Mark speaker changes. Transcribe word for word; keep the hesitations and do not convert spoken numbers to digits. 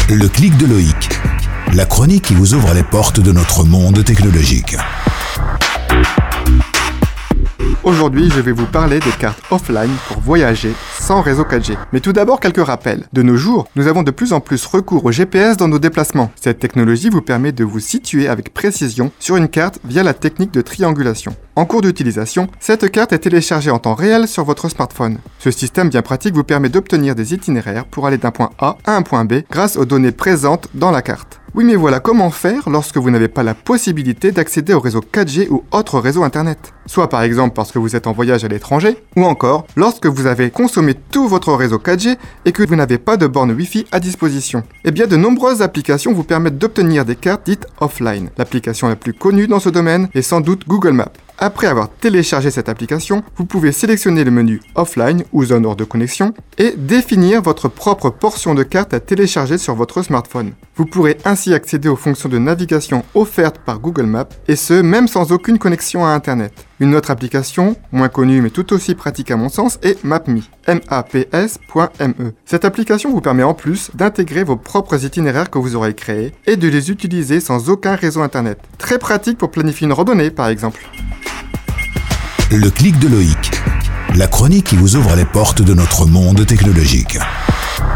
Speaker 1: Le clic de Loïc, la chronique qui vous ouvre les portes de notre monde technologique.
Speaker 2: Aujourd'hui, je vais vous parler des cartes offline pour voyager sans réseau quatre G. Mais tout d'abord, quelques rappels. De nos jours, nous avons de plus en plus recours au G P S dans nos déplacements. Cette technologie vous permet de vous situer avec précision sur une carte via la technique de triangulation. En cours d'utilisation, cette carte est téléchargée en temps réel sur votre smartphone. Ce système bien pratique vous permet d'obtenir des itinéraires pour aller d'un point A à un point B grâce aux données présentes dans la carte. Oui, mais voilà, comment faire lorsque vous n'avez pas la possibilité d'accéder au réseau quatre G ou autre réseau internet? Soit par exemple parce que vous êtes en voyage à l'étranger, ou encore lorsque vous avez consommé tout votre réseau quatre G et que vous n'avez pas de borne Wi-Fi à disposition. Eh bien, de nombreuses applications vous permettent d'obtenir des cartes dites offline. L'application la plus connue dans ce domaine est sans doute Google Maps. Après avoir téléchargé cette application, vous pouvez sélectionner le menu Offline ou zone hors de connexion et définir votre propre portion de carte à télécharger sur votre smartphone. Vous pourrez ainsi accéder aux fonctions de navigation offertes par Google Maps et ce, même sans aucune connexion à Internet. Une autre application, moins connue mais tout aussi pratique à mon sens, est MapMe, M A P S point M E. Cette application vous permet en plus d'intégrer vos propres itinéraires que vous aurez créés et de les utiliser sans aucun réseau Internet. Très pratique pour planifier une randonnée par exemple.
Speaker 1: Le clic de Loïc, la chronique qui vous ouvre les portes de notre monde technologique.